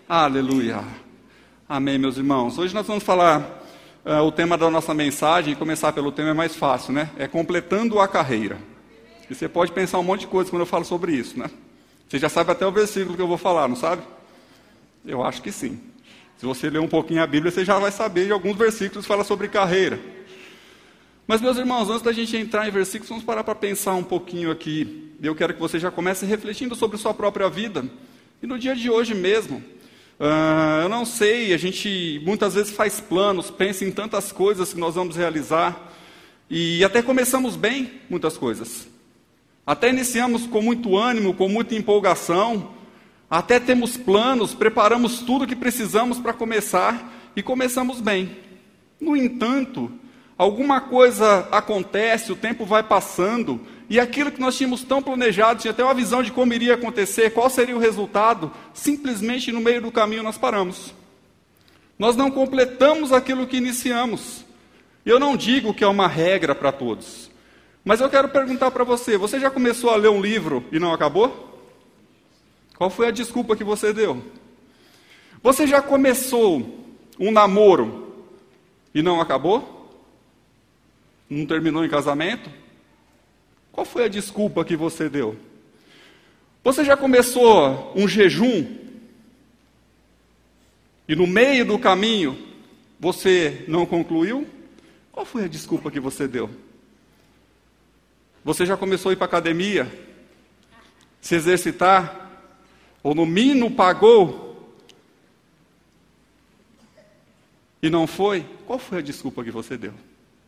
Aleluia. Amém, meus irmãos. Hoje nós vamos falar o tema da nossa mensagem, e começar pelo tema é mais fácil, né? É completando a carreira. E você pode pensar um monte de coisa quando eu falo sobre isso, né? Você já sabe até o versículo que eu vou falar, não sabe? Eu acho que sim. Se você ler um pouquinho a Bíblia, você já vai saber de alguns versículos que falam sobre carreira. Mas, meus irmãos, antes da gente entrar em versículos, vamos parar para pensar um pouquinho aqui. Eu quero que você já comece refletindo sobre sua própria vida. E no dia de hoje mesmo, eu não sei, a gente muitas vezes faz planos, pensa em tantas coisas que nós vamos realizar. E até começamos bem muitas coisas. Até iniciamos com muito ânimo, com muita empolgação. Até temos planos, preparamos tudo o que precisamos para começar e começamos bem. No entanto, alguma coisa acontece, o tempo vai passando e aquilo que nós tínhamos tão planejado, tinha até uma visão de como iria acontecer, qual seria o resultado, simplesmente no meio do caminho nós paramos. Nós não completamos aquilo que iniciamos. Eu não digo que é uma regra para todos, mas eu quero perguntar para você, você já começou a ler um livro e não acabou? Qual foi a desculpa que você deu? Você já começou um namoro e não acabou? Não terminou em casamento? Qual foi a desculpa que você deu? Você já começou um jejum e no meio do caminho você não concluiu? Qual foi a desculpa que você deu? Você já começou a ir para a academia, se exercitar, ou no mínimo pagou e não foi? Qual foi a desculpa que você deu?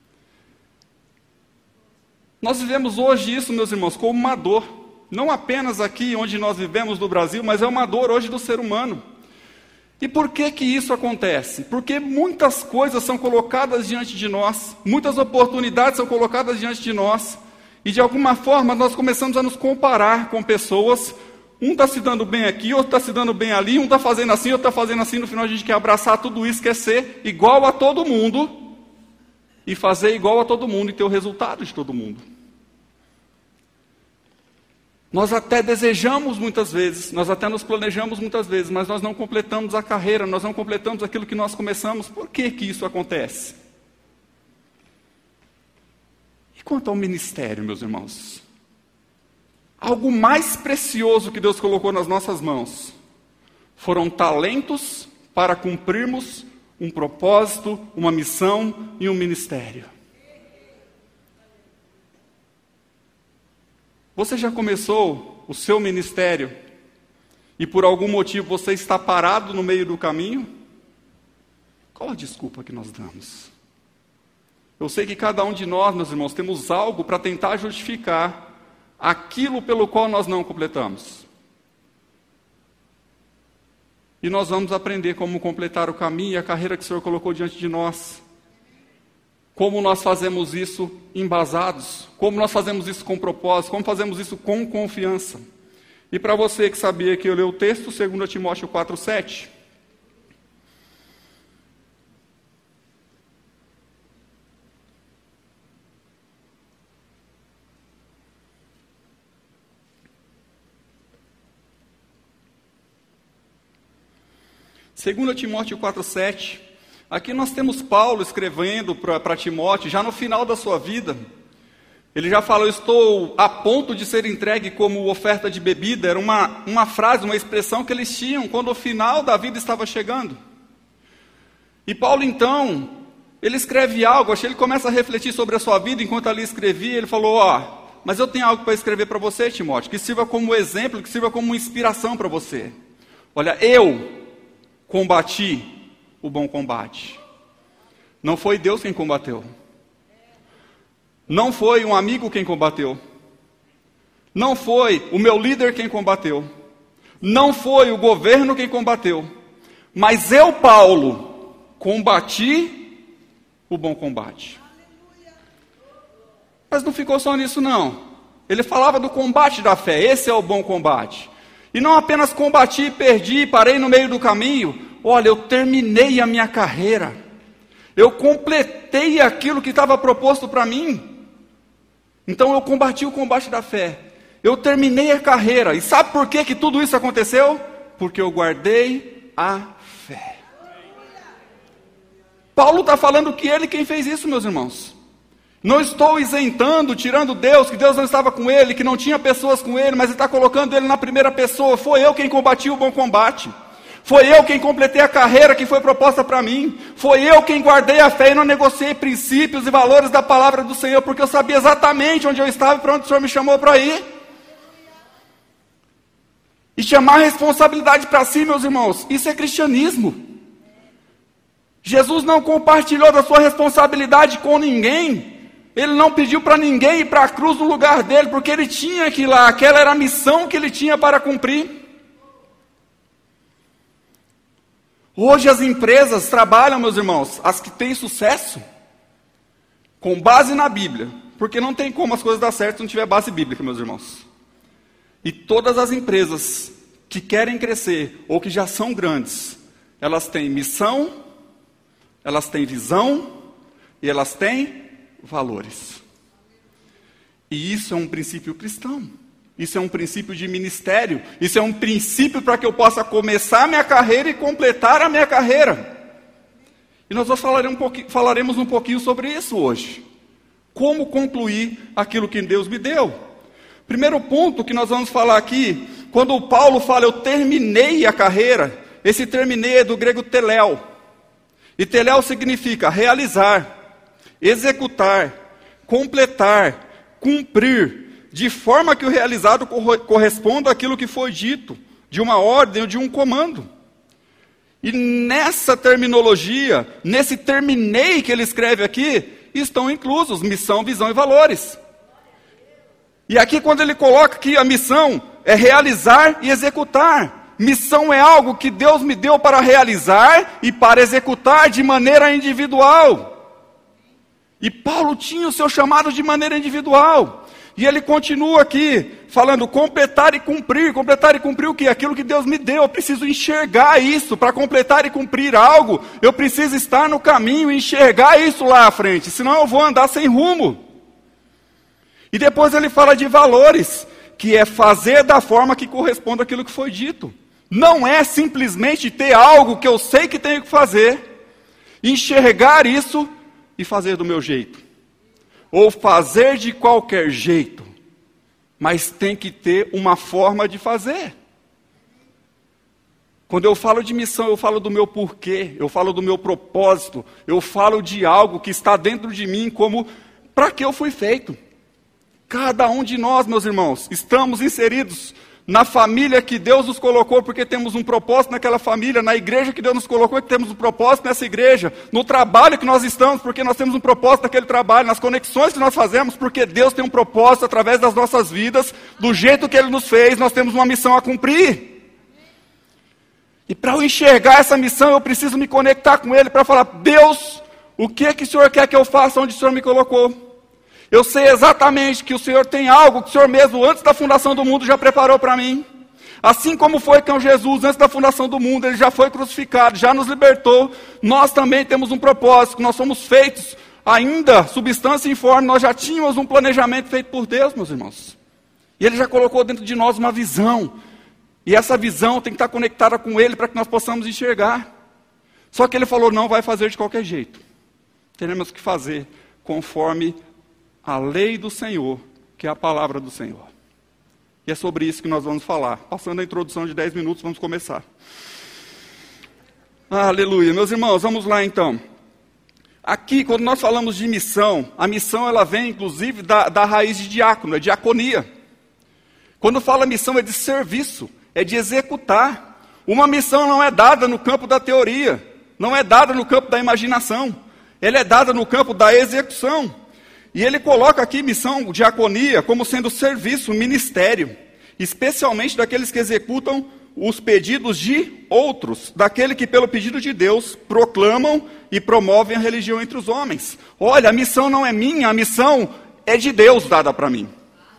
Nós vivemos hoje isso, meus irmãos, como uma dor. Não apenas aqui onde nós vivemos no Brasil, mas é uma dor hoje do ser humano. E por que que isso acontece? Porque muitas coisas são colocadas diante de nós, muitas oportunidades são colocadas diante de nós, e de alguma forma nós começamos a nos comparar com pessoas. Um está se dando bem aqui, outro está se dando bem ali, um está fazendo assim, outro está fazendo assim. No final a gente quer abraçar tudo isso, quer ser igual a todo mundo e fazer igual a todo mundo e ter o resultado de todo mundo. Nós até desejamos muitas vezes, nós até nos planejamos muitas vezes, mas nós não completamos a carreira, nós não completamos aquilo que nós começamos. Por que que isso acontece? E quanto ao ministério, meus irmãos? Algo mais precioso que Deus colocou nas nossas mãos foram talentos para cumprirmos um propósito, uma missão e um ministério. Você já começou o seu ministério e por algum motivo você está parado no meio do caminho? Qual a desculpa que nós damos? Eu sei que cada um de nós, meus irmãos, temos algo para tentar justificar aquilo pelo qual nós não completamos. E nós vamos aprender como completar o caminho e a carreira que o Senhor colocou diante de nós. Como nós fazemos isso embasados, como nós fazemos isso com propósito, como fazemos isso com confiança. E para você que sabia que eu li o texto, 2 Timóteo 4:7. Segundo Timóteo 4:7, aqui nós temos Paulo escrevendo para Timóteo, já no final da sua vida. Ele já falou, estou a ponto de ser entregue como oferta de bebida. Era uma frase, uma expressão que eles tinham quando o final da vida estava chegando. E Paulo então, ele escreve algo, ele começa a refletir sobre a sua vida, enquanto ali escrevia, ele falou, mas eu tenho algo para escrever para você, Timóteo, que sirva como exemplo, que sirva como inspiração para você. Olha, eu combati o bom combate. Não foi Deus quem combateu. Não foi um amigo quem combateu. Não foi o meu líder quem combateu. Não foi o governo quem combateu. Mas eu, Paulo, combati o bom combate. Mas não ficou só nisso, não. Ele falava do combate da fé. Esse é o bom combate. E não apenas combati, perdi, parei no meio do caminho. Olha, eu terminei a minha carreira. Eu completei aquilo que estava proposto para mim. Então eu combati o combate da fé. Eu terminei a carreira. E sabe por que tudo isso aconteceu? Porque eu guardei a fé. Paulo está falando que ele quem fez isso, meus irmãos. Não estou isentando, tirando Deus, que Deus não estava com ele, que não tinha pessoas com ele, mas ele está colocando ele na primeira pessoa. Foi eu quem combati o bom combate. Foi eu quem completei a carreira que foi proposta para mim. Foi eu quem guardei a fé e não negociei princípios e valores da palavra do Senhor, porque eu sabia exatamente onde eu estava e para onde o Senhor me chamou para ir. E chamar a responsabilidade para si, meus irmãos, isso é cristianismo. Jesus não compartilhou da sua responsabilidade com ninguém. Ele não pediu para ninguém ir para a cruz no lugar dele, porque ele tinha que ir lá. Aquela era a missão que ele tinha para cumprir. Hoje as empresas trabalham, meus irmãos, as que têm sucesso, com base na Bíblia. Porque não tem como as coisas dar certo se não tiver base bíblica, meus irmãos. E todas as empresas que querem crescer, ou que já são grandes, elas têm missão, elas têm visão e elas têm valores. E isso é um princípio cristão. Isso é um princípio de ministério. Isso é um princípio para que eu possa começar a minha carreira e completar a minha carreira. E nós falaremos um pouquinho sobre isso hoje. Como concluir aquilo que Deus me deu. Primeiro ponto que nós vamos falar aqui, quando o Paulo fala eu terminei a carreira, esse terminei é do grego teléu. E teléu significa realizar, executar, completar, cumprir, de forma que o realizado corresponda àquilo que foi dito, de uma ordem ou de um comando. E nessa terminologia, nesse terminei que ele escreve aqui, estão inclusos missão, visão e valores. E aqui quando ele coloca que a missão é realizar e executar. Missão é algo que Deus me deu para realizar e para executar de maneira individual. E Paulo tinha o seu chamado de maneira individual. E ele continua aqui, falando completar e cumprir. Completar e cumprir o quê? Aquilo que Deus me deu. Eu preciso enxergar isso. Para completar e cumprir algo, eu preciso estar no caminho e enxergar isso lá à frente. Senão eu vou andar sem rumo. E depois ele fala de valores, que é fazer da forma que corresponde àquilo que foi dito. Não é simplesmente ter algo que eu sei que tenho que fazer, enxergar isso e fazer do meu jeito. Ou fazer de qualquer jeito. Mas tem que ter uma forma de fazer. Quando eu falo de missão, eu falo do meu porquê, eu falo do meu propósito, eu falo de algo que está dentro de mim como para que eu fui feito. Cada um de nós, meus irmãos, estamos inseridos na família que Deus nos colocou, porque temos um propósito naquela família, na igreja que Deus nos colocou, porque temos um propósito nessa igreja, no trabalho que nós estamos, porque nós temos um propósito naquele trabalho, nas conexões que nós fazemos, porque Deus tem um propósito através das nossas vidas, do jeito que Ele nos fez, nós temos uma missão a cumprir. E para eu enxergar essa missão, eu preciso me conectar com Ele, para falar, Deus, o que o Senhor quer que eu faça onde o Senhor me colocou? Eu sei exatamente que o Senhor tem algo que o Senhor mesmo, antes da fundação do mundo, já preparou para mim. Assim como foi com Jesus, antes da fundação do mundo, Ele já foi crucificado, já nos libertou. Nós também temos um propósito, nós somos feitos ainda, substância informe, nós já tínhamos um planejamento feito por Deus, meus irmãos. E Ele já colocou dentro de nós uma visão. E essa visão tem que estar conectada com Ele para que nós possamos enxergar. Só que Ele falou, não vai fazer de qualquer jeito. Teremos que fazer conforme a lei do Senhor, que é a palavra do Senhor. E é sobre isso que nós vamos falar. Passando a introdução de 10 minutos, vamos começar. Aleluia. Meus irmãos, vamos lá então. Aqui, quando nós falamos de missão, a missão ela vem inclusive da raiz de diácono, é diaconia. Quando fala missão é de serviço, é de executar. Uma missão não é dada no campo da teoria, não é dada no campo da imaginação, ela é dada no campo da execução. E ele coloca aqui missão, diaconia, como sendo serviço, ministério, especialmente daqueles que executam os pedidos de outros, daquele que pelo pedido de Deus proclamam e promovem a religião entre os homens. Olha, a missão não é minha, a missão é de Deus dada para mim.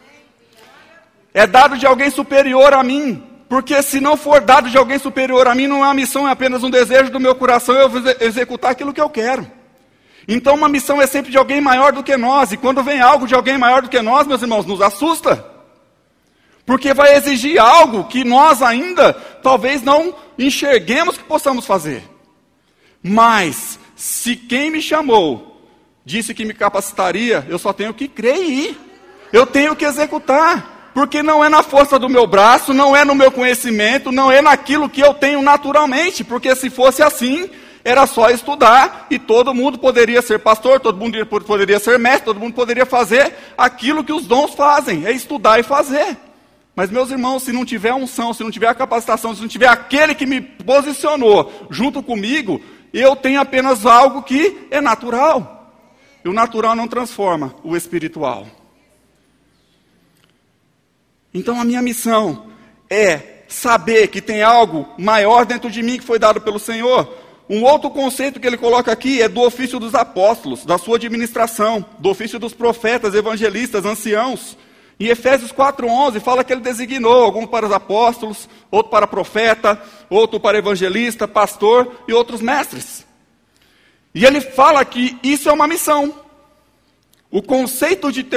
É dado de alguém superior a mim, porque se não for dado de alguém superior a mim, não é uma missão, é apenas um desejo do meu coração, eu vou executar aquilo que eu quero. Então uma missão é sempre de alguém maior do que nós, e quando vem algo de alguém maior do que nós, meus irmãos, nos assusta. Porque vai exigir algo que nós ainda talvez não enxerguemos que possamos fazer. Mas, se quem me chamou disse que me capacitaria, eu só tenho que crer e ir. Eu tenho que executar. Porque não é na força do meu braço, não é no meu conhecimento, não é naquilo que eu tenho naturalmente. Porque se fosse assim, era só estudar e todo mundo poderia ser pastor, todo mundo poderia ser mestre, todo mundo poderia fazer aquilo que os dons fazem, é estudar e fazer. Mas, meus irmãos, se não tiver a unção, se não tiver a capacitação, se não tiver aquele que me posicionou junto comigo, eu tenho apenas algo que é natural. E o natural não transforma o espiritual. Então, a minha missão é saber que tem algo maior dentro de mim que foi dado pelo Senhor. Um outro conceito que ele coloca aqui é do ofício dos apóstolos, da sua administração, do ofício dos profetas, evangelistas, anciãos. Em Efésios 4:11 fala que ele designou alguns para os apóstolos, outro para profeta, outro para evangelista, pastor e outros mestres. E ele fala que isso é uma missão. O conceito de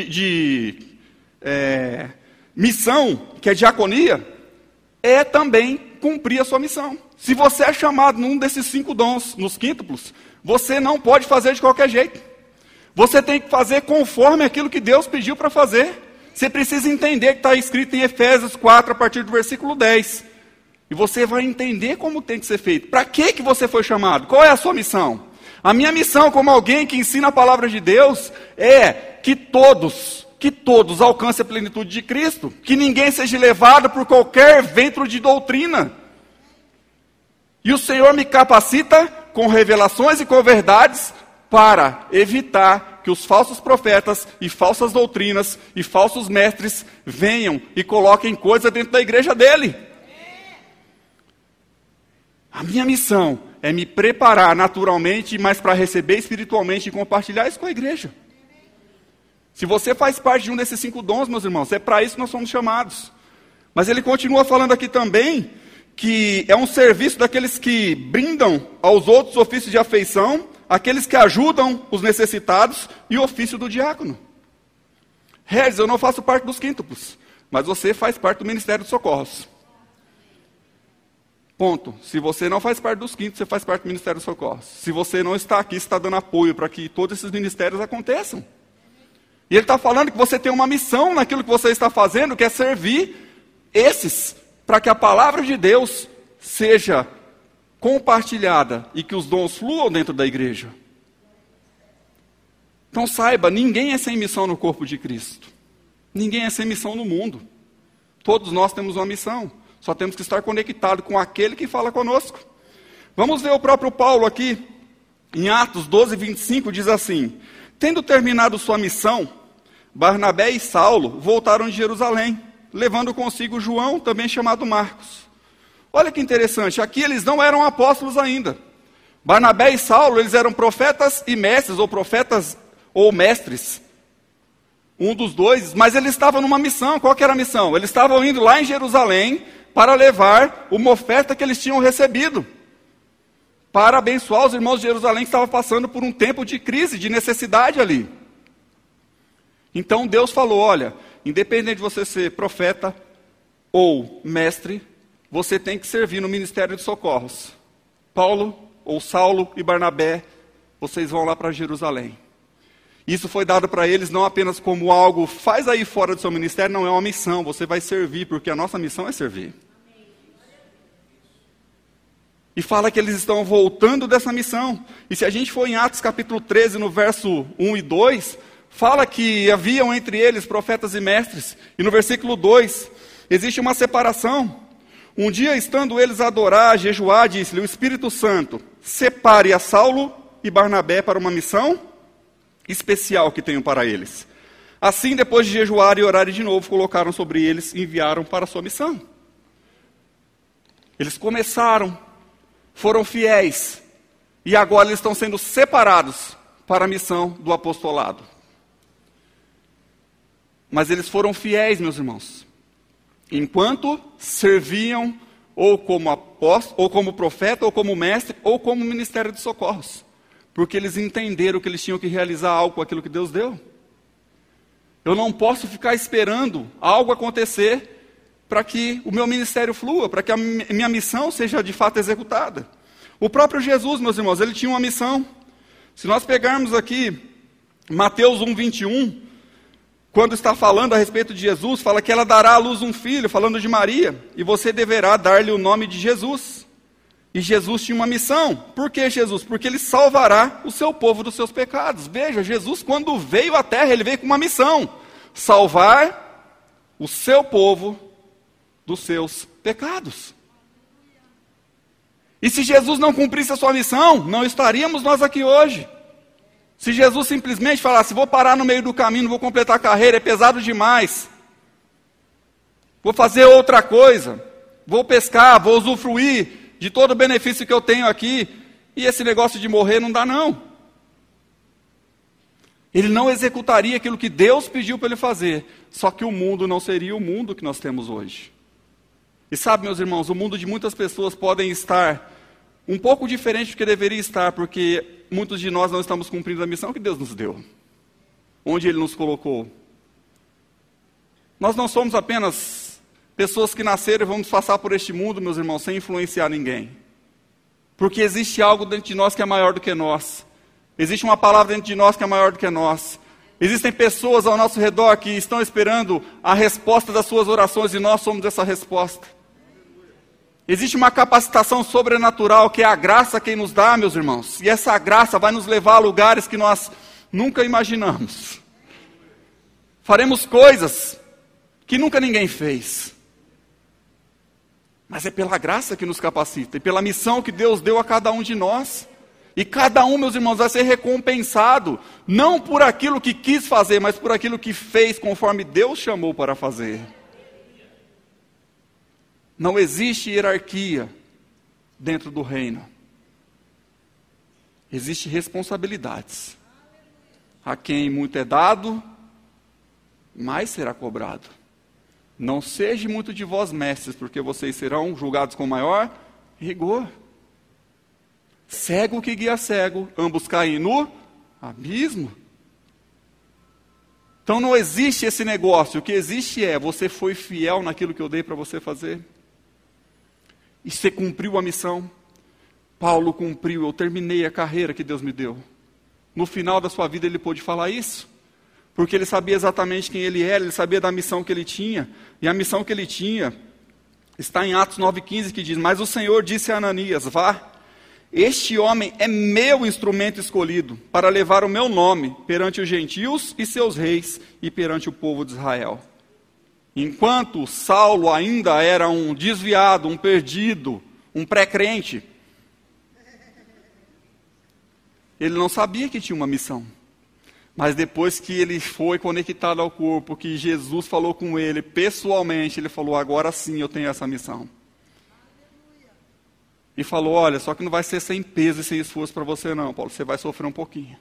missão, que é diaconia, é também cumprir a sua missão. Se você é chamado num desses 5 dons, nos quíntuplos, você não pode fazer de qualquer jeito. Você tem que fazer conforme aquilo que Deus pediu para fazer. Você precisa entender que está escrito em Efésios 4, a partir do versículo 10. E você vai entender como tem que ser feito. Para que você foi chamado? Qual é a sua missão? A minha missão, como alguém que ensina a palavra de Deus, é que todos alcancem a plenitude de Cristo. Que ninguém seja levado por qualquer vento de doutrina. E o Senhor me capacita com revelações e com verdades para evitar que os falsos profetas e falsas doutrinas e falsos mestres venham e coloquem coisa dentro da igreja dele. A minha missão é me preparar naturalmente, mas para receber espiritualmente e compartilhar isso com a igreja. Se você faz parte de um desses 5 dons, meus irmãos, é para isso que nós somos chamados. Mas ele continua falando aqui também que é um serviço daqueles que brindam aos outros ofícios de afeição, aqueles que ajudam os necessitados e o ofício do diácono. Regis, eu não faço parte dos quíntuplos, mas você faz parte do Ministério dos Socorros. Ponto. Se você não faz parte dos quíntuplos, você faz parte do Ministério dos Socorros. Se você não está aqui, você está dando apoio para que todos esses ministérios aconteçam. E ele está falando que você tem uma missão naquilo que você está fazendo, que é servir esses, para que a palavra de Deus seja compartilhada e que os dons fluam dentro da igreja. Então saiba, ninguém é sem missão no corpo de Cristo. Ninguém é sem missão no mundo. Todos nós temos uma missão. Só temos que estar conectados com aquele que fala conosco. Vamos ver o próprio Paulo aqui. Em Atos 12:25 diz assim: tendo terminado sua missão, Barnabé e Saulo voltaram de Jerusalém, levando consigo João, também chamado Marcos. Olha que interessante, aqui eles não eram apóstolos ainda. Barnabé e Saulo, eles eram profetas e mestres, ou profetas ou mestres. Um dos dois, mas eles estavam numa missão. Qual que era a missão? Eles estavam indo lá em Jerusalém para levar uma oferta que eles tinham recebido, para abençoar os irmãos de Jerusalém que estavam passando por um tempo de crise, de necessidade ali. Então Deus falou, olha, independente de você ser profeta ou mestre, você tem que servir no Ministério de Socorros. Paulo, ou Saulo e Barnabé, vocês vão lá para Jerusalém. Isso foi dado para eles não apenas como algo, faz aí fora do seu ministério, não é uma missão, você vai servir, porque a nossa missão é servir. E fala que eles estão voltando dessa missão. E se a gente for em Atos capítulo 13, no verso 1 e 2, fala que haviam entre eles profetas e mestres. E no versículo 2, existe uma separação. Um dia, estando eles a adorar, a jejuar, disse-lhe o Espírito Santo: separe a Saulo e Barnabé para uma missão especial que tenho para eles. Assim, depois de jejuar e orar de novo, colocaram sobre eles e enviaram para a sua missão. Eles começaram, foram fiéis, e agora eles estão sendo separados para a missão do apostolado. Mas eles foram fiéis, meus irmãos, enquanto serviam ou como apóstolo, ou como profeta, ou como mestre, ou como ministério de socorros. Porque eles entenderam que eles tinham que realizar algo com aquilo que Deus deu. Eu não posso ficar esperando algo acontecer para que o meu ministério flua, para que a minha missão seja de fato executada. O próprio Jesus, meus irmãos, ele tinha uma missão. Se nós pegarmos aqui Mateus 1:21, quando está falando a respeito de Jesus, fala que ela dará à luz um filho, falando de Maria, e você deverá dar-lhe o nome de Jesus. E Jesus tinha uma missão. Por que Jesus? Porque ele salvará o seu povo dos seus pecados. Veja, Jesus, quando veio à terra, ele veio com uma missão: salvar o seu povo dos seus pecados. E se Jesus não cumprisse a sua missão, não estaríamos nós aqui hoje. Se Jesus simplesmente falasse: vou parar no meio do caminho, não vou completar a carreira, é pesado demais, vou fazer outra coisa, vou pescar, vou usufruir de todo o benefício que eu tenho aqui, e esse negócio de morrer não dá não. Ele não executaria aquilo que Deus pediu para ele fazer, só que o mundo não seria o mundo que nós temos hoje. E sabe, meus irmãos, o mundo de muitas pessoas podem estar um pouco diferente do que deveria estar, porque muitos de nós não estamos cumprindo a missão que Deus nos deu, onde Ele nos colocou. Nós não somos apenas pessoas que nasceram e vamos passar por este mundo, meus irmãos, sem influenciar ninguém. Porque existe algo dentro de nós que é maior do que nós. Existe uma palavra dentro de nós que é maior do que nós. Existem pessoas ao nosso redor que estão esperando a resposta das suas orações e nós somos essa resposta. Existe uma capacitação sobrenatural que é a graça quem nos dá, meus irmãos. E essa graça vai nos levar a lugares que nós nunca imaginamos. Faremos coisas que nunca ninguém fez. Mas é pela graça que nos capacita e pela missão que Deus deu a cada um de nós. E cada um, meus irmãos, vai ser recompensado, não por aquilo que quis fazer, mas por aquilo que fez conforme Deus chamou para fazer. Não existe hierarquia dentro do reino. Existem responsabilidades. A quem muito é dado, mais será cobrado. Não seja muito de vós, mestres, porque vocês serão julgados com maior rigor. Cego que guia cego, ambos caem no abismo. Então não existe esse negócio. O que existe é: você foi fiel naquilo que eu dei para você fazer. E você cumpriu a missão. Paulo cumpriu, eu terminei a carreira que Deus me deu. No final da sua vida ele pôde falar isso. Porque ele sabia exatamente quem ele era, ele sabia da missão que ele tinha. E a missão que ele tinha está em Atos 9,15, que diz: mas o Senhor disse a Ananias: vá, este homem é meu instrumento escolhido para levar o meu nome perante os gentios e seus reis e perante o povo de Israel. Enquanto Saulo ainda era um desviado, um perdido, um pré-crente, ele não sabia que tinha uma missão. Mas depois que ele foi conectado ao corpo, que Jesus falou com ele pessoalmente, ele falou: agora sim eu tenho essa missão. E falou: olha, só que não vai ser sem peso e sem esforço para você não, Paulo, você vai sofrer um pouquinho.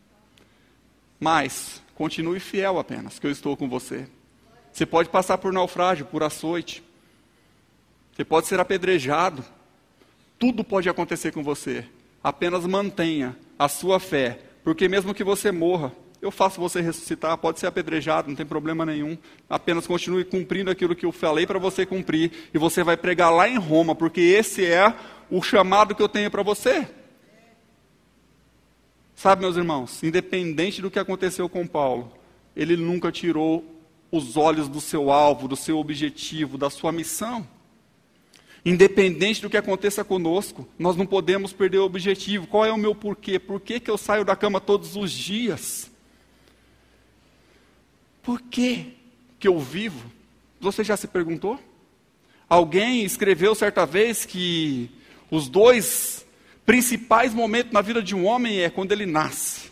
Mas continue fiel apenas, que eu estou com você. Você pode passar por naufrágio, por açoite. Você pode ser apedrejado. Tudo pode acontecer com você. Apenas mantenha a sua fé, porque mesmo que você morra, eu faço você ressuscitar, pode ser apedrejado, não tem problema nenhum. Apenas continue cumprindo aquilo que eu falei para você cumprir, e você vai pregar lá em Roma, porque esse é o chamado que eu tenho para você. Sabe, meus irmãos, independente do que aconteceu com Paulo, ele nunca tirou os olhos do seu alvo, do seu objetivo, da sua missão. Independente do que aconteça conosco, nós não podemos perder o objetivo. Qual é o meu porquê? Por que eu saio da cama todos os dias? Por que eu vivo? Você já se perguntou? Alguém escreveu certa vez que os dois principais momentos na vida de um homem é quando ele nasce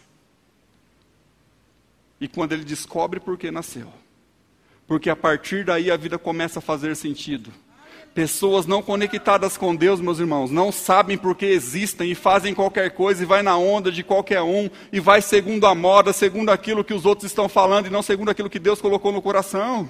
e quando ele descobre por que nasceu. Porque a partir daí a vida começa a fazer sentido. Pessoas não conectadas com Deus, meus irmãos, não sabem por que existem e fazem qualquer coisa e vai na onda de qualquer um e vai segundo a moda, segundo aquilo que os outros estão falando e não segundo aquilo que Deus colocou no coração.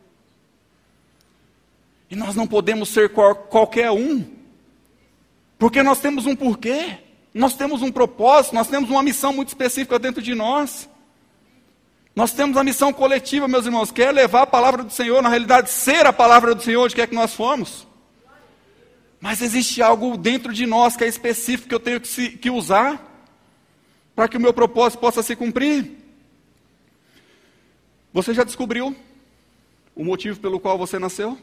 E nós não podemos ser qualquer um, porque nós temos um porquê, nós temos um propósito, nós temos uma missão muito específica dentro de nós. Nós temos a missão coletiva, meus irmãos, que é levar a palavra do Senhor, na realidade, ser a palavra do Senhor onde quer que nós formos. Mas existe algo dentro de nós que é específico, que eu tenho que usar para que o meu propósito possa se cumprir. Você já descobriu o motivo pelo qual você nasceu?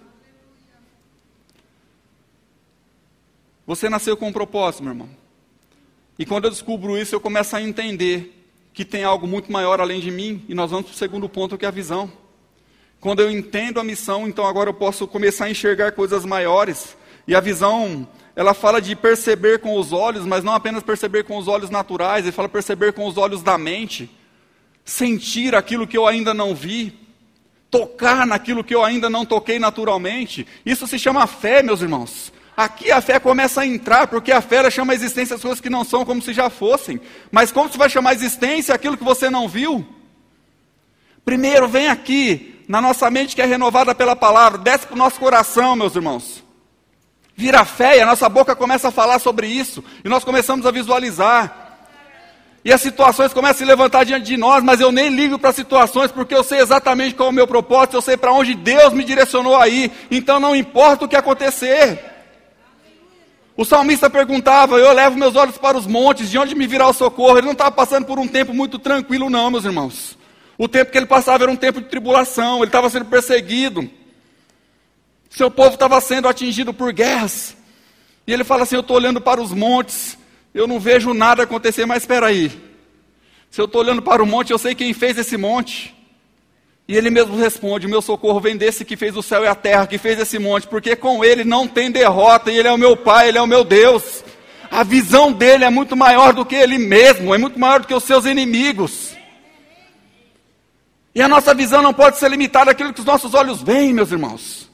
Você nasceu com um propósito, meu irmão. E quando eu descubro isso, eu começo a entender que tem algo muito maior além de mim, e nós vamos para o segundo ponto, que é a visão. Quando eu entendo a missão, então agora eu posso começar a enxergar coisas maiores. E a visão, ela fala de perceber com os olhos, mas não apenas perceber com os olhos naturais, ele fala perceber com os olhos da mente, sentir aquilo que eu ainda não vi, tocar naquilo que eu ainda não toquei naturalmente. Isso se chama fé, meus irmãos. Aqui a fé começa a entrar, porque a fé ela chama a existência as coisas que não são como se já fossem. Mas como você vai chamar a existência aquilo que você não viu? Primeiro vem aqui, na nossa mente que é renovada pela palavra, desce para o nosso coração, meus irmãos. Vira fé e a nossa boca começa a falar sobre isso. E nós começamos a visualizar. E as situações começam a se levantar diante de nós, mas eu nem ligo para as situações, porque eu sei exatamente qual é o meu propósito, eu sei para onde Deus me direcionou aí. Então não importa o que acontecer. O salmista perguntava, eu levo meus olhos para os montes, de onde me virá o socorro? Ele não estava passando por um tempo muito tranquilo não, meus irmãos. O tempo que ele passava era um tempo de tribulação, ele estava sendo perseguido. Seu povo estava sendo atingido por guerras. E ele fala assim, eu estou olhando para os montes, eu não vejo nada acontecer, mas espera aí. Se eu estou olhando para o monte, eu sei quem fez esse monte. E ele mesmo responde, o meu socorro vem desse que fez o céu e a terra, que fez esse monte, porque com ele não tem derrota, e ele é o meu Pai, ele é o meu Deus. A visão dele é muito maior do que ele mesmo, é muito maior do que os seus inimigos. E a nossa visão não pode ser limitada àquilo que os nossos olhos veem, meus irmãos.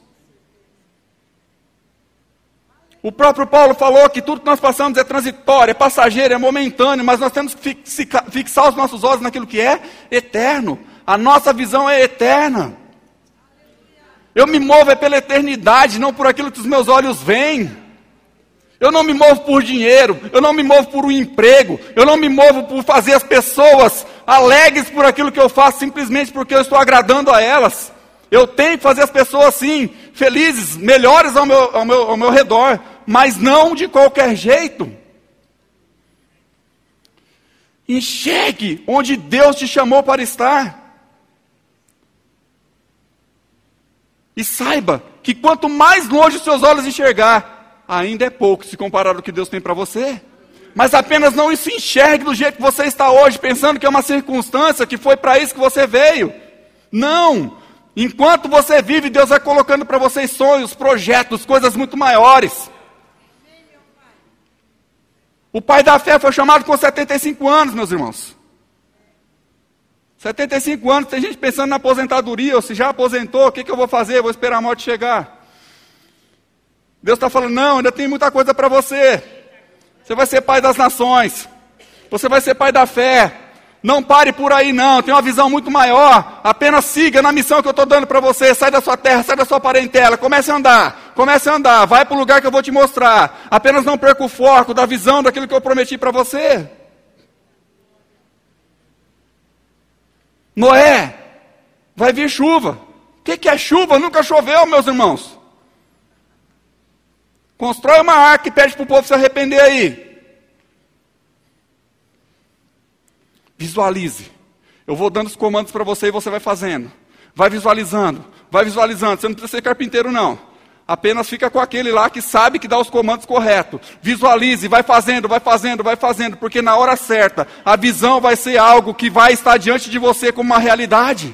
O próprio Paulo falou que tudo que nós passamos é transitório, é passageiro, é momentâneo, mas nós temos que fixar os nossos olhos naquilo que é eterno. A nossa visão é eterna. Eu me movo pela eternidade, não por aquilo que os meus olhos veem. Eu não me movo por dinheiro, eu não me movo por um emprego, eu não me movo por fazer as pessoas alegres por aquilo que eu faço, simplesmente porque eu estou agradando a elas. Eu tenho que fazer as pessoas, sim, felizes, melhores ao meu redor, mas não de qualquer jeito. Enxergue onde Deus te chamou para estar. E saiba que quanto mais longe os seus olhos enxergar, ainda é pouco se comparar ao que Deus tem para você. Mas apenas não se enxergue do jeito que você está hoje, pensando que é uma circunstância, que foi para isso que você veio. Não! Enquanto você vive, Deus vai colocando para vocês sonhos, projetos, coisas muito maiores. O pai da fé foi chamado com 75 anos, meus irmãos. 75 anos, tem gente pensando na aposentadoria, ou se já aposentou, o que eu vou fazer? Eu vou esperar a morte chegar. Deus está falando, não, ainda tem muita coisa para você. Você vai ser pai das nações. Você vai ser pai da fé. Não pare por aí não, tem uma visão muito maior. Apenas siga na missão que eu estou dando para você. Sai da sua terra, sai da sua parentela. Comece a andar, vai para o lugar que eu vou te mostrar. Apenas não perca o foco da visão daquilo que eu prometi para você. Noé, vai vir chuva. O que é chuva? Nunca choveu, meus irmãos. Constrói uma arca e pede para o povo se arrepender aí. Visualize. Eu vou dando os comandos para você e você vai fazendo. Vai visualizando, vai visualizando. Você não precisa ser carpinteiro não. Apenas fica com aquele lá que sabe que dá os comandos corretos. Visualize, vai fazendo, porque na hora certa, a visão vai ser algo que vai estar diante de você como uma realidade.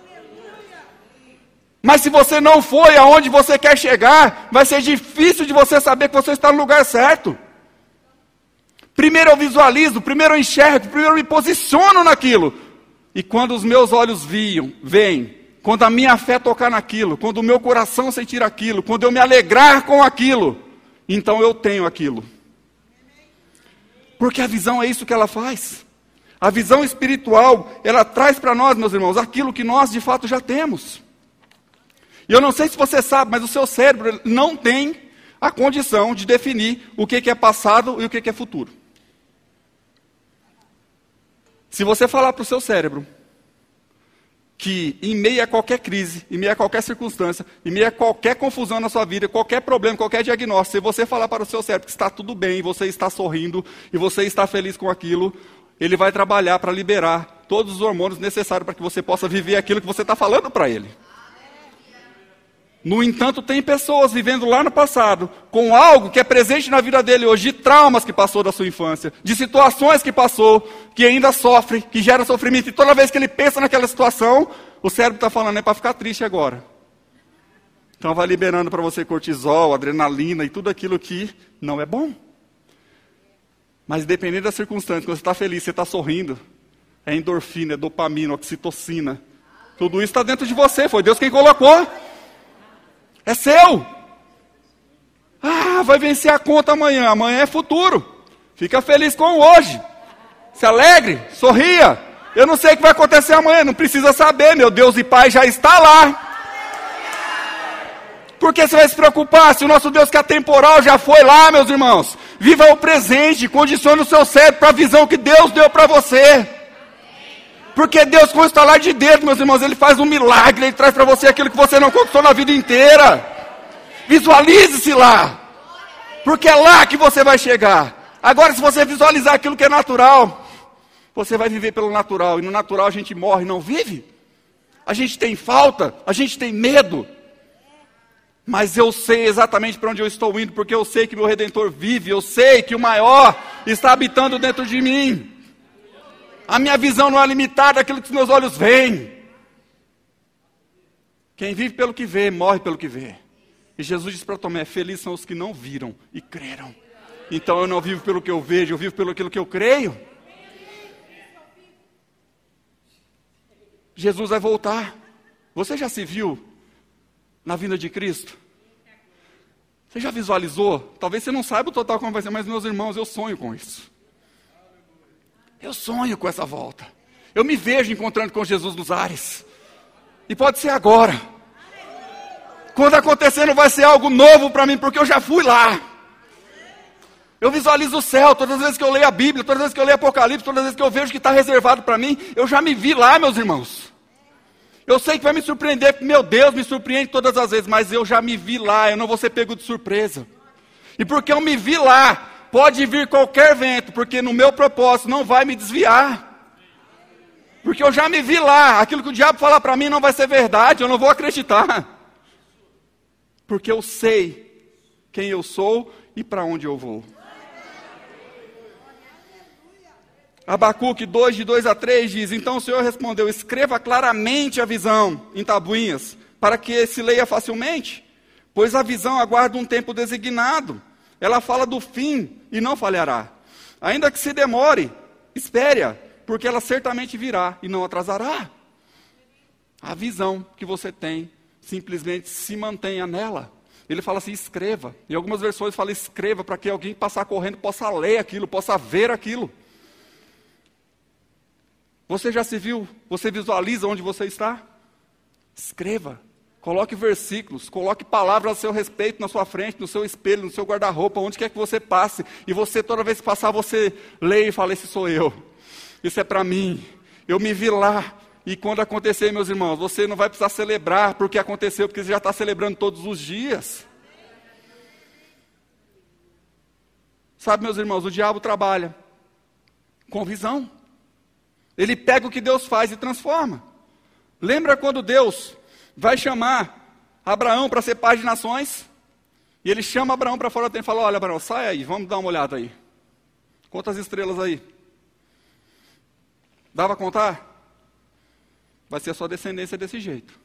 Mas se você não foi aonde você quer chegar, vai ser difícil de você saber que você está no lugar certo. Primeiro eu visualizo, primeiro eu enxergo, primeiro eu me posiciono naquilo. E quando os meus olhos veem, quando a minha fé tocar naquilo, quando o meu coração sentir aquilo, quando eu me alegrar com aquilo, então eu tenho aquilo. Porque a visão é isso que ela faz. A visão espiritual, ela traz para nós, meus irmãos, aquilo que nós de fato já temos. E eu não sei se você sabe, mas o seu cérebro não tem a condição de definir o que é passado e o que é futuro. Se você falar para o seu cérebro, que em meio a qualquer crise, em meio a qualquer circunstância, em meio a qualquer confusão na sua vida, qualquer problema, qualquer diagnóstico, se você falar para o seu cérebro que está tudo bem, você está sorrindo e você está feliz com aquilo, ele vai trabalhar para liberar todos os hormônios necessários para que você possa viver aquilo que você está falando para ele. No entanto, tem pessoas vivendo lá no passado, com algo que é presente na vida dele hoje, de traumas que passou da sua infância, de situações que passou, que ainda sofre, que gera sofrimento. E toda vez que ele pensa naquela situação, o cérebro está falando, é para ficar triste agora. Então vai liberando para você cortisol, adrenalina e tudo aquilo que não é bom. Mas dependendo das circunstâncias, quando você está feliz, você está sorrindo, é endorfina, é dopamina, oxitocina. Tudo isso está dentro de você, foi Deus quem colocou. É seu. Ah, vai vencer a conta amanhã. Amanhã é futuro. Fica feliz com o hoje. Se alegre, sorria. Eu não sei o que vai acontecer amanhã, não precisa saber. Meu Deus e Pai já está lá. Por que você vai se preocupar se o nosso Deus que é atemporal já foi lá, meus irmãos? Viva o presente, condicione o seu cérebro para a visão que Deus deu para você. Porque Deus, com o estalar de dedo, meus irmãos, Ele faz um milagre, Ele traz para você aquilo que você não conquistou na vida inteira. Visualize-se lá. Porque é lá que você vai chegar. Agora, se você visualizar aquilo que é natural, você vai viver pelo natural. E no natural a gente morre, não vive. A gente tem falta, a gente tem medo. Mas eu sei exatamente para onde eu estou indo, porque eu sei que meu Redentor vive. Eu sei que o maior está habitando dentro de mim. A minha visão não é limitada àquilo que os meus olhos veem. Quem vive pelo que vê, morre pelo que vê. E Jesus disse para Tomé, felizes são os que não viram e creram. Então eu não vivo pelo que eu vejo, eu vivo pelo aquilo que eu creio. Jesus vai voltar. Você já se viu na vinda de Cristo? Você já visualizou? Talvez você não saiba o total como vai ser, mas meus irmãos, eu sonho com isso. Eu sonho com essa volta. Eu me vejo encontrando com Jesus nos ares. E pode ser agora. Quando acontecer não vai ser algo novo para mim, porque eu já fui lá. Eu visualizo o céu, todas as vezes que eu leio a Bíblia, todas as vezes que eu leio Apocalipse, todas as vezes que eu vejo que está reservado para mim, eu já me vi lá, meus irmãos. Eu sei que vai me surpreender, porque meu Deus me surpreende todas as vezes, mas eu já me vi lá, eu não vou ser pego de surpresa. E porque eu me vi lá, pode vir qualquer vento, porque no meu propósito não vai me desviar. Porque eu já me vi lá, aquilo que o diabo falar para mim não vai ser verdade, eu não vou acreditar. Porque eu sei quem eu sou e para onde eu vou. Abacuque 2, de 2 a 3 diz, então o Senhor respondeu, escreva claramente a visão em tabuinhas, para que se leia facilmente, pois a visão aguarda um tempo designado. Ela fala do fim e não falhará. Ainda que se demore, espere-a, porque ela certamente virá e não atrasará. A visão que você tem, simplesmente se mantenha nela. Ele fala assim, escreva. Em algumas versões fala escreva, para que alguém passar correndo possa ler aquilo, possa ver aquilo. Você já se viu? Você visualiza onde você está? Escreva. Coloque versículos, coloque palavras a seu respeito na sua frente, no seu espelho, no seu guarda-roupa, onde quer que você passe. E você, toda vez que passar, você lê e fala, esse sou eu. Isso é para mim. Eu me vi lá. E quando acontecer, meus irmãos, você não vai precisar celebrar porque aconteceu, porque você já está celebrando todos os dias. Sabe, meus irmãos, o diabo trabalha com visão. Ele pega o que Deus faz e transforma. Lembra quando Deus vai chamar Abraão para ser pai de nações? E ele chama Abraão para fora da tenda e fala, olha Abraão, sai aí, vamos dar uma olhada aí. Conta as estrelas aí. Dá para contar? Vai ser a sua descendência desse jeito.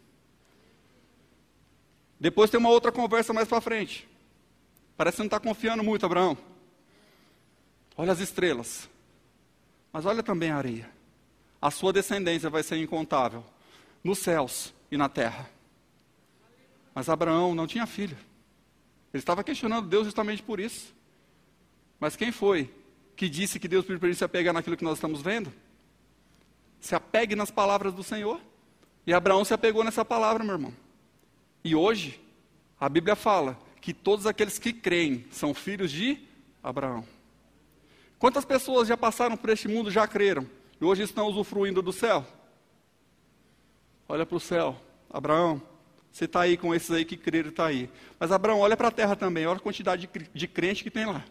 Depois tem uma outra conversa mais para frente. Parece que você não está confiando muito, Abraão. Olha as estrelas. Mas olha também a areia. A sua descendência vai ser incontável. Nos céus e na terra. Mas Abraão não tinha filho. Ele estava questionando Deus justamente por isso. Mas quem foi que disse que Deus permitiu se apegar naquilo que nós estamos vendo? Se apegue nas palavras do Senhor. E Abraão se apegou nessa palavra, meu irmão. E hoje, a Bíblia fala que todos aqueles que creem são filhos de Abraão. Quantas pessoas já passaram por este mundo, já creram, e hoje estão usufruindo do céu? olha para o céu. Abraão, você está aí com esses aí que creram, está aí. Mas Abraão, olha para a terra também, olha a quantidade de crente que tem lá.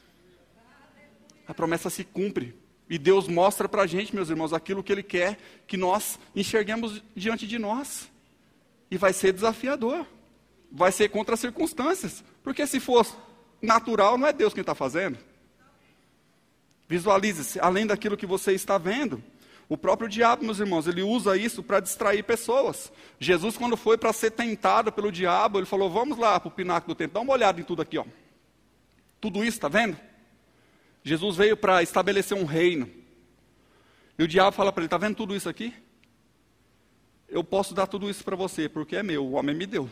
A promessa se cumpre. E Deus mostra para a gente, meus irmãos, aquilo que Ele quer que nós enxerguemos diante de nós. E vai ser desafiador. Vai ser contra as circunstâncias. Porque se fosse natural, não é Deus quem está fazendo. Visualize-se, além daquilo que você está vendo. O próprio diabo, meus irmãos, ele usa isso para distrair pessoas. Jesus, quando foi para ser tentado pelo diabo, ele falou, vamos lá para o pináculo do templo, dá uma olhada em tudo aqui, ó. Tudo isso, está vendo? Jesus veio para estabelecer um reino. E o diabo fala para ele, está vendo tudo isso aqui? Eu posso dar tudo isso para você, porque é meu, o homem me deu.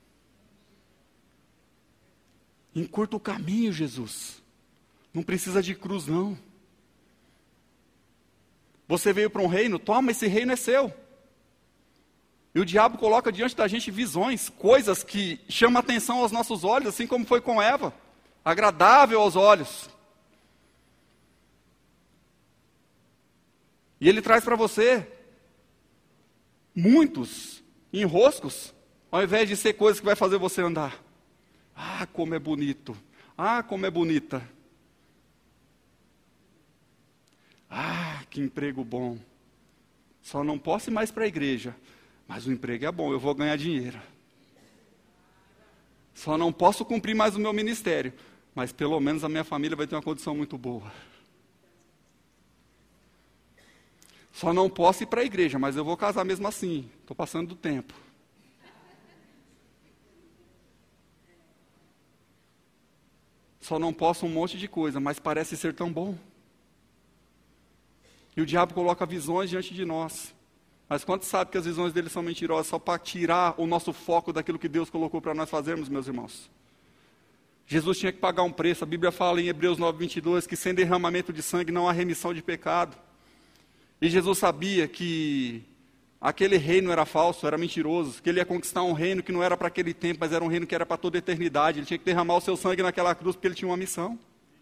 Encurta o caminho, Jesus. Não precisa de cruz, não. Você veio para um reino, toma, esse reino é seu. E o diabo coloca diante da gente visões, coisas que chamam atenção aos nossos olhos, assim como foi com Eva. Agradável aos olhos. E ele traz para você muitos enroscos, ao invés de ser coisas que vai fazer você andar. Ah, como é bonito. Ah, como é bonita. Ah, que emprego bom. Só não posso ir mais para a igreja, mas o emprego é bom, eu vou ganhar dinheiro. Só não posso cumprir mais o meu ministério, mas pelo menos a minha família vai ter uma condição muito boa. Só não posso ir para a igreja, mas eu vou casar mesmo assim. Estou passando do tempo. Só não posso um monte de coisa, mas parece ser tão bom. E o diabo coloca visões diante de nós. Mas quantos sabem que as visões dele são mentirosas, só para tirar o nosso foco daquilo que Deus colocou para nós fazermos, meus irmãos? Jesus tinha que pagar um preço. A Bíblia fala em Hebreus 9:22 que sem derramamento de sangue não há remissão de pecado. E Jesus sabia que aquele reino era falso, era mentiroso, que ele ia conquistar um reino que não era para aquele tempo, mas era um reino que era para toda a eternidade. Ele tinha que derramar o seu sangue naquela cruz, porque ele tinha uma missão.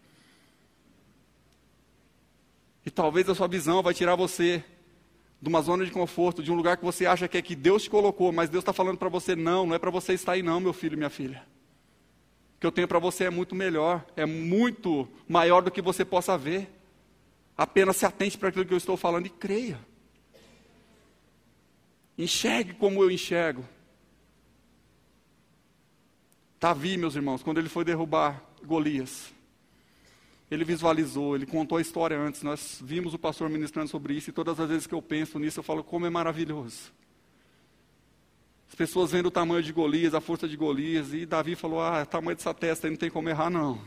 E talvez a sua visão vai tirar você de uma zona de conforto, de um lugar que você acha que é que Deus te colocou, mas Deus está falando para você, não é para você estar aí não, meu filho e minha filha. O que eu tenho para você é muito melhor, é muito maior do que você possa ver. Apenas se atente para aquilo que eu estou falando e creia. Enxergue como eu enxergo. Davi, meus irmãos, quando ele foi derrubar Golias, ele visualizou, ele contou a história antes. Nós vimos o pastor ministrando sobre isso e todas as vezes que eu penso nisso, eu falo como é maravilhoso. As pessoas vendo o tamanho de Golias, a força de Golias, e Davi falou, o tamanho dessa testa aí não tem como errar não.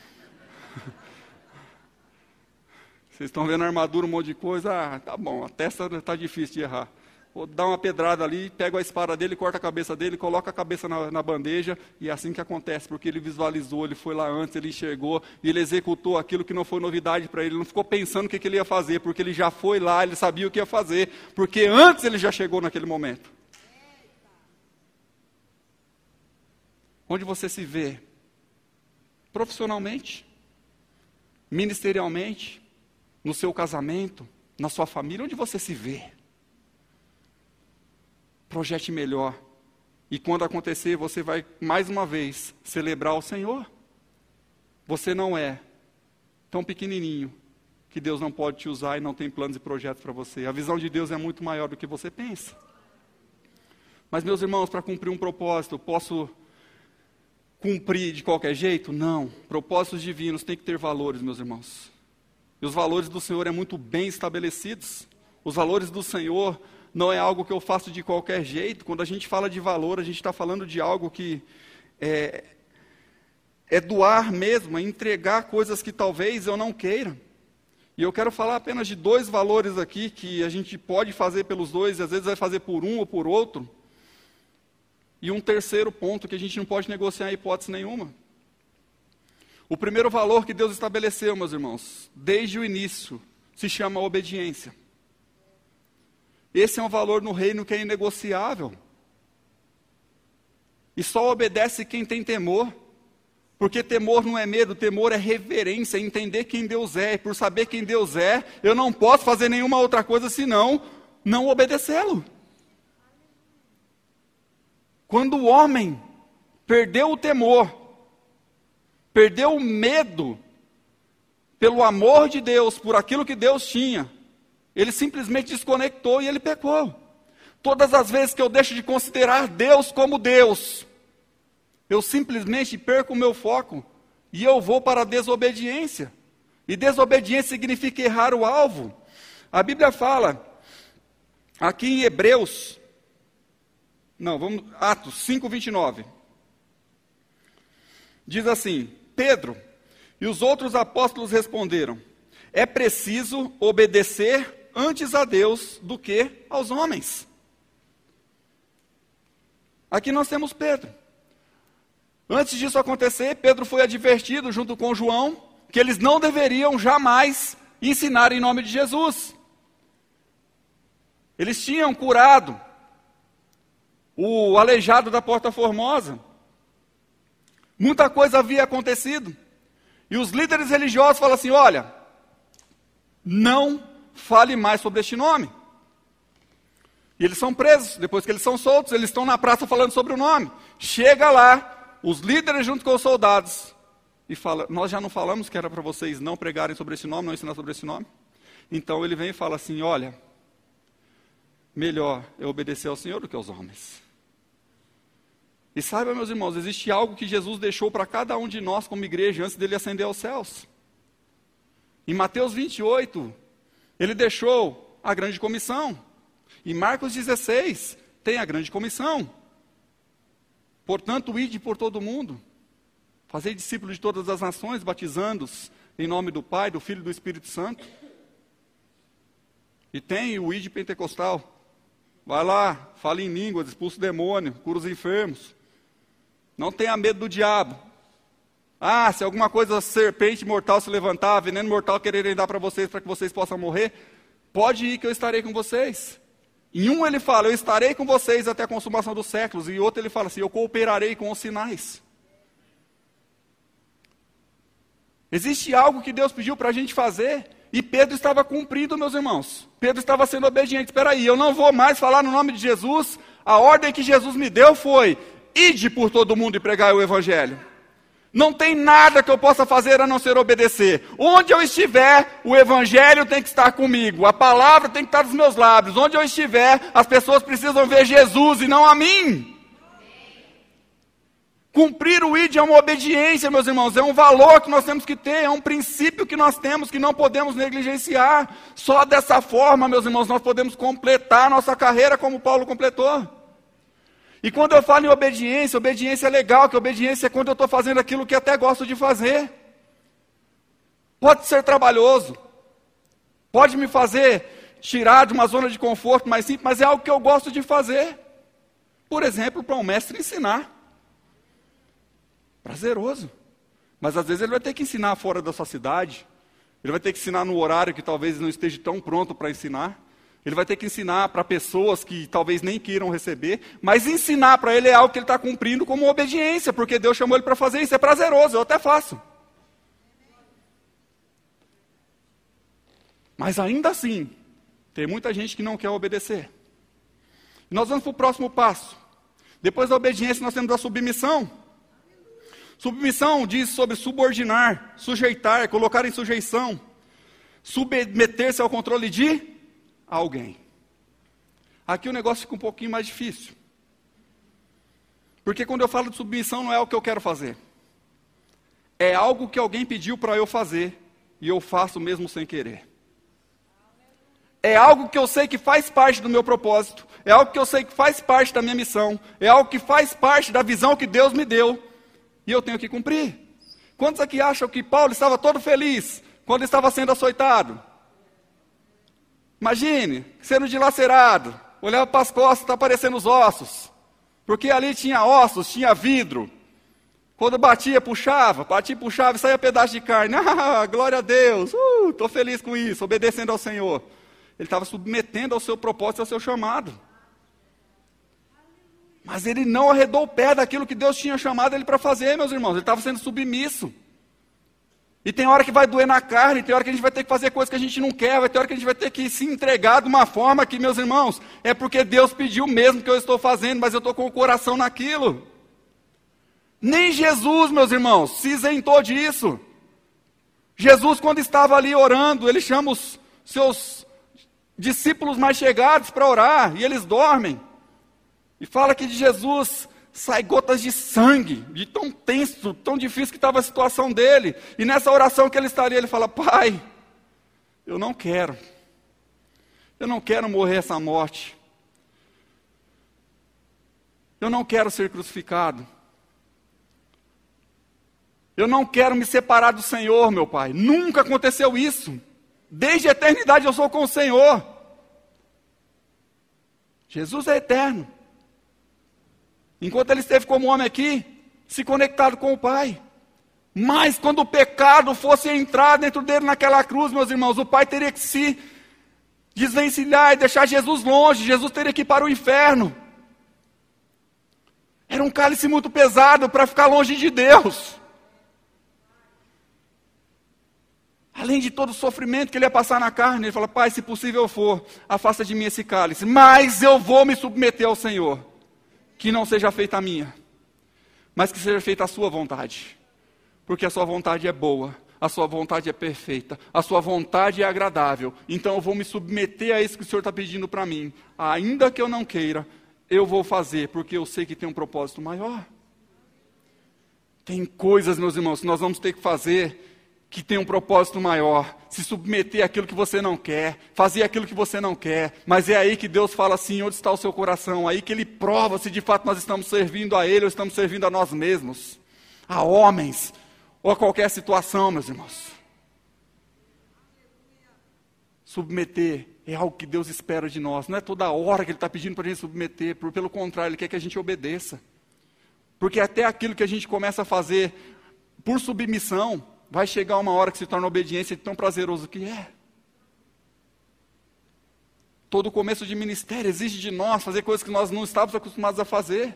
Vocês estão vendo a armadura, um monte de coisa, tá bom, a testa está difícil de errar. Vou dar uma pedrada ali, pego a espada dele, corta a cabeça dele, coloca a cabeça na bandeja, e é assim que acontece, porque ele visualizou, ele foi lá antes, ele enxergou, e ele executou aquilo que não foi novidade para ele, ele não ficou pensando o que ele ia fazer, porque ele já foi lá, ele sabia o que ia fazer, porque antes ele já chegou naquele momento. Onde você se vê? Profissionalmente? Ministerialmente? No seu casamento? Na sua família? Onde você se vê? Projete melhor. E quando acontecer, você vai, mais uma vez, celebrar o Senhor. Você não é tão pequenininho que Deus não pode te usar e não tem planos e projetos para você. A visão de Deus é muito maior do que você pensa. Mas, meus irmãos, para cumprir um propósito, posso cumprir de qualquer jeito? Não. Propósitos divinos têm que ter valores, meus irmãos. E os valores do Senhor é muito bem estabelecidos. Os valores do Senhor não é algo que eu faço de qualquer jeito. Quando a gente fala de valor, a gente está falando de algo que é doar mesmo, é entregar coisas que talvez eu não queira. E eu quero falar apenas de 2 valores aqui, que a gente pode fazer pelos 2, e às vezes vai fazer por um ou por outro. E um terceiro ponto que a gente não pode negociar em hipótese nenhuma. O primeiro valor que Deus estabeleceu, meus irmãos, desde o início, se chama obediência. Esse é um valor no reino que é inegociável. E só obedece quem tem temor. Porque temor não é medo, temor é reverência, é entender quem Deus é. E por saber quem Deus é, eu não posso fazer nenhuma outra coisa senão não obedecê-lo. Quando o homem perdeu o temor, perdeu o medo pelo amor de Deus, por aquilo que Deus tinha, ele simplesmente desconectou e ele pecou. Todas as vezes que eu deixo de considerar Deus como Deus, eu simplesmente perco o meu foco e eu vou para a desobediência. E desobediência significa errar o alvo. A Bíblia fala, aqui em Atos 5:29. Diz assim: Pedro e os outros apóstolos responderam: é preciso obedecer antes a Deus do que aos homens. Aqui nós temos Pedro. Antes disso acontecer, Pedro foi advertido junto com João que eles não deveriam jamais ensinar em nome de Jesus. Eles tinham curado o aleijado da Porta Formosa. Muita coisa havia acontecido. E os líderes religiosos falam assim: olha, não fale mais sobre este nome. E eles são presos, depois que eles são soltos, eles estão na praça falando sobre o nome. Chega lá, os líderes junto com os soldados, e fala: nós já não falamos que era para vocês não pregarem sobre esse nome, não ensinar sobre esse nome? Então ele vem e fala assim: olha, melhor é obedecer ao Senhor do que aos homens. E saiba, meus irmãos, existe algo que Jesus deixou para cada um de nós como igreja antes dele ascender aos céus. Em Mateus 28, ele deixou a grande comissão. Em Marcos 16, tem a grande comissão. Portanto, ide por todo mundo, fazei discípulos de todas as nações, batizando-os em nome do Pai, do Filho e do Espírito Santo. E tem o ide pentecostal. Vai lá, fala em línguas, expulsa o demônio, cura os enfermos. Não tenha medo do diabo. Ah, se alguma coisa, serpente mortal se levantar, veneno mortal quererem dar para vocês, para que vocês possam morrer, pode ir que eu estarei com vocês. Em um ele fala: eu estarei com vocês até a consumação dos séculos. E em outro ele fala assim: eu cooperarei com os sinais. Existe algo que Deus pediu para a gente fazer, e Pedro estava cumprindo, meus irmãos. Pedro estava sendo obediente. Espera aí, eu não vou mais falar no nome de Jesus. A ordem que Jesus me deu foi: ide por todo mundo e pregai o evangelho. Não tem nada que eu possa fazer a não ser obedecer. Onde eu estiver, o evangelho tem que estar comigo. A palavra tem que estar nos meus lábios. Onde eu estiver, as pessoas precisam ver Jesus e não a mim. Cumprir o ide é uma obediência, meus irmãos. É um valor que nós temos que ter. É um princípio que nós temos que não podemos negligenciar. Só dessa forma, meus irmãos, nós podemos completar a nossa carreira como Paulo completou. E quando eu falo em obediência, obediência é legal, que obediência é quando eu estou fazendo aquilo que até gosto de fazer. Pode ser trabalhoso, pode me fazer tirar de uma zona de conforto mais simples, mas é algo que eu gosto de fazer. Por exemplo, para um mestre ensinar. Prazeroso. Mas às vezes ele vai ter que ensinar fora da sua cidade, ele vai ter que ensinar no horário que talvez não esteja tão pronto para ensinar. Ele vai ter que ensinar para pessoas que talvez nem queiram receber, mas ensinar para ele é algo que ele está cumprindo como obediência, porque Deus chamou ele para fazer isso. É prazeroso, eu até faço. Mas ainda assim, tem muita gente que não quer obedecer. Nós vamos para o próximo passo. Depois da obediência, nós temos a submissão. Submissão diz sobre subordinar, sujeitar, colocar em sujeição, submeter-se ao controle de alguém. Aqui o negócio fica um pouquinho mais difícil. Porque quando eu falo de submissão, não é o que eu quero fazer. É algo que alguém pediu para eu fazer, e eu faço mesmo sem querer. É algo que eu sei que faz parte do meu propósito, é algo que eu sei que faz parte da minha missão, é algo que faz parte da visão que Deus me deu, e eu tenho que cumprir. Quantos aqui acham que Paulo estava todo feliz quando estava sendo açoitado? Imagine, sendo dilacerado, olhava para as costas, está aparecendo os ossos, porque ali tinha ossos, tinha vidro. Quando batia, puxava e saía pedaço de carne. Ah, glória a Deus, estou feliz com isso, obedecendo ao Senhor. Ele estava submetendo ao seu propósito, ao seu chamado. Mas ele não arredou o pé daquilo que Deus tinha chamado ele para fazer, meus irmãos. Ele estava sendo submisso. E tem hora que vai doer na carne, tem hora que a gente vai ter que fazer coisas que a gente não quer, vai ter hora que a gente vai ter que se entregar de uma forma que, meus irmãos, é porque Deus pediu mesmo que eu estou fazendo, mas eu estou com o coração naquilo. Nem Jesus, meus irmãos, se isentou disso. Jesus, quando estava ali orando, ele chama os seus discípulos mais chegados para orar, e eles dormem. E fala que de Jesus sai gotas de sangue, de tão tenso, tão difícil que estava a situação dele. E nessa oração que ele estaria, ele fala: Pai, eu não quero morrer essa morte. Eu não quero ser crucificado. Eu não quero me separar do Senhor, meu Pai. Nunca aconteceu isso. Desde a eternidade eu sou com o Senhor. Jesus é eterno. Enquanto ele esteve como homem aqui, se conectado com o Pai. Mas quando o pecado fosse entrar dentro dele naquela cruz, meus irmãos, o Pai teria que se desvencilhar e deixar Jesus longe. Jesus teria que ir para o inferno. Era um cálice muito pesado para ficar longe de Deus. Além de todo o sofrimento que ele ia passar na carne, ele fala: Pai, se possível for, afasta de mim esse cálice, mas eu vou me submeter ao Senhor. Que não seja feita a minha, mas que seja feita a sua vontade. Porque a sua vontade é boa, a sua vontade é perfeita, a sua vontade é agradável. Então eu vou me submeter a isso que o Senhor está pedindo para mim. Ainda que eu não queira, eu vou fazer, porque eu sei que tem um propósito maior. Tem coisas, meus irmãos, que nós vamos ter que fazer que tem um propósito maior, se submeter àquilo que você não quer, fazer aquilo que você não quer, mas é aí que Deus fala assim: onde está o seu coração? Aí que Ele prova se de fato nós estamos servindo a Ele ou estamos servindo a nós mesmos, a homens, ou a qualquer situação, meus irmãos. Submeter é algo que Deus espera de nós, não é toda hora que Ele está pedindo para a gente submeter, pelo contrário, Ele quer que a gente obedeça, porque até aquilo que a gente começa a fazer por submissão, vai chegar uma hora que se torna obediência tão prazeroso que é. Todo começo de ministério exige de nós fazer coisas que nós não estávamos acostumados a fazer.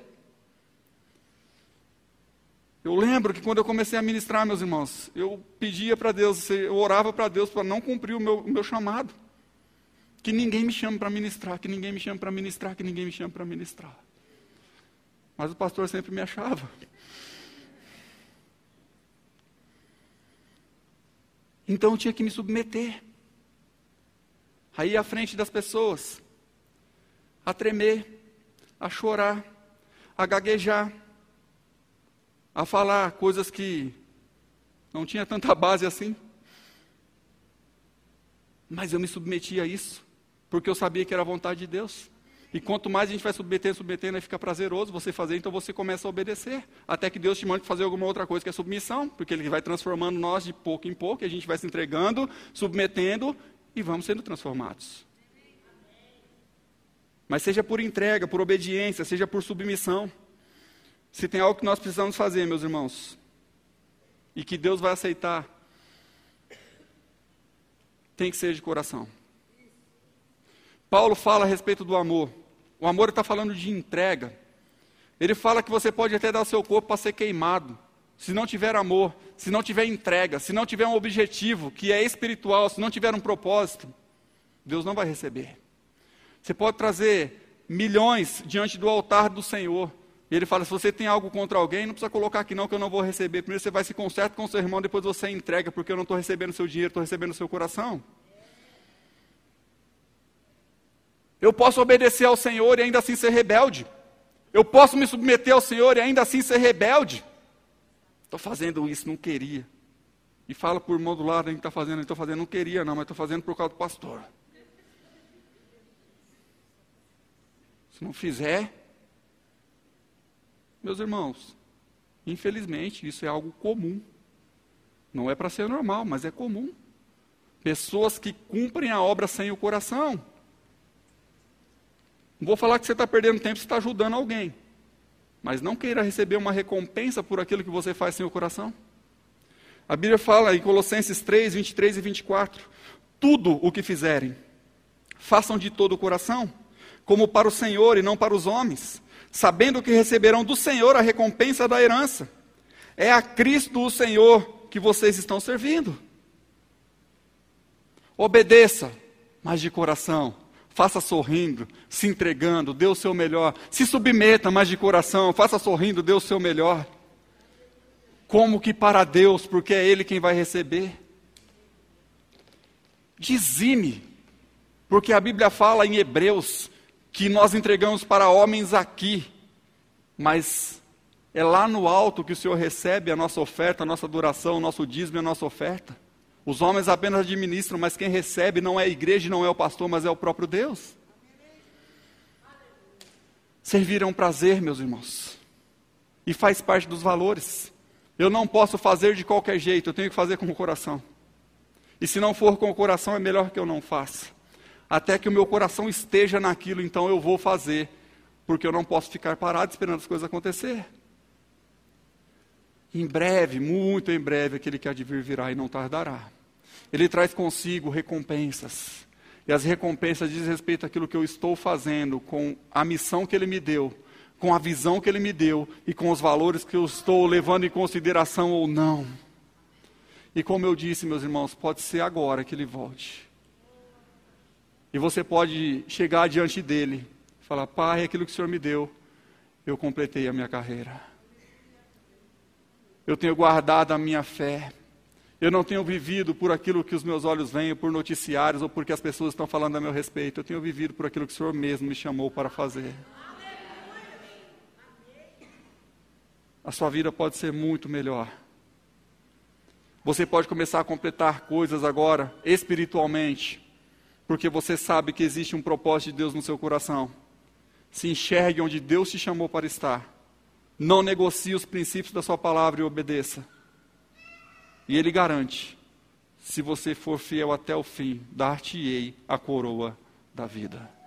Eu lembro que quando eu comecei a ministrar, meus irmãos, eu pedia para Deus, eu orava para Deus para não cumprir o meu chamado. Que ninguém me chame para ministrar, que ninguém me chame para ministrar, que ninguém me chame para ministrar. Mas o pastor sempre me achava. Então eu tinha que me submeter, a ir à frente das pessoas, a tremer, a chorar, a gaguejar, a falar coisas que não tinha tanta base assim. Mas eu me submetia a isso, porque eu sabia que era a vontade de Deus. E quanto mais a gente vai submetendo, aí fica prazeroso você fazer, então você começa a obedecer. Até que Deus te mande fazer alguma outra coisa, que é submissão, porque Ele vai transformando nós de pouco em pouco, e a gente vai se entregando, submetendo, e vamos sendo transformados. Mas seja por entrega, por obediência, seja por submissão. Se tem algo que nós precisamos fazer, meus irmãos, e que Deus vai aceitar, tem que ser de coração. Paulo fala a respeito do amor. O amor está falando de entrega. Ele fala que você pode até dar o seu corpo para ser queimado. Se não tiver amor, se não tiver entrega, se não tiver um objetivo que é espiritual, se não tiver um propósito, Deus não vai receber. Você pode trazer milhões diante do altar do Senhor. E Ele fala: se você tem algo contra alguém, não precisa colocar aqui não, que eu não vou receber. Primeiro você vai se conserta com o seu irmão, depois você entrega, porque eu não estou recebendo seu dinheiro, estou recebendo o seu coração. Eu posso obedecer ao Senhor e ainda assim ser rebelde. Eu posso me submeter ao Senhor e ainda assim ser rebelde. Estou fazendo isso, não queria. E fala por irmão do lado, a gente está fazendo, estou fazendo, não queria não, mas estou fazendo por causa do pastor. Se não fizer, meus irmãos, infelizmente isso é algo comum. Não é para ser normal, mas é comum. Pessoas que cumprem a obra sem o coração. Não vou falar que você está perdendo tempo, você está ajudando alguém. Mas não queira receber uma recompensa por aquilo que você faz sem o coração. A Bíblia fala em Colossenses 3, 23 e 24. Tudo o que fizerem, façam de todo o coração, como para o Senhor e não para os homens, sabendo que receberão do Senhor a recompensa da herança. É a Cristo o Senhor que vocês estão servindo. Obedeça, mas de coração. Faça sorrindo, se entregando, dê o seu melhor. Se submeta, mas de coração. Faça sorrindo, dê o seu melhor. Como que para Deus, porque é Ele quem vai receber. Dizime, porque a Bíblia fala em Hebreus que nós entregamos para homens aqui, mas é lá no alto que o Senhor recebe a nossa oferta, a nossa adoração, o nosso dízimo e a nossa oferta. Os homens apenas administram, mas quem recebe não é a igreja, não é o pastor, mas é o próprio Deus. Servir é um prazer, meus irmãos, e faz parte dos valores. Eu não posso fazer de qualquer jeito, eu tenho que fazer com o coração. E se não for com o coração, é melhor que eu não faça. Até que o meu coração esteja naquilo, então eu vou fazer, porque eu não posso ficar parado esperando as coisas acontecer. Em breve, muito em breve, aquele que há de vir virá e não tardará. Ele traz consigo recompensas. E as recompensas dizem respeito àquilo que eu estou fazendo, com a missão que Ele me deu, com a visão que Ele me deu e com os valores que eu estou levando em consideração ou não. E como eu disse, meus irmãos, pode ser agora que Ele volte. E você pode chegar diante dEle e falar: Pai, aquilo que o Senhor me deu, eu completei a minha carreira. Eu tenho guardado a minha fé. Eu não tenho vivido por aquilo que os meus olhos veem, por noticiários, ou porque as pessoas estão falando a meu respeito. Eu tenho vivido por aquilo que o Senhor mesmo me chamou para fazer. A sua vida pode ser muito melhor. Você pode começar a completar coisas agora, espiritualmente, porque você sabe que existe um propósito de Deus no seu coração. Se enxergue onde Deus te chamou para estar. Não negocie os princípios da sua palavra e obedeça. E Ele garante, se você for fiel até o fim, dar-te-ei a coroa da vida.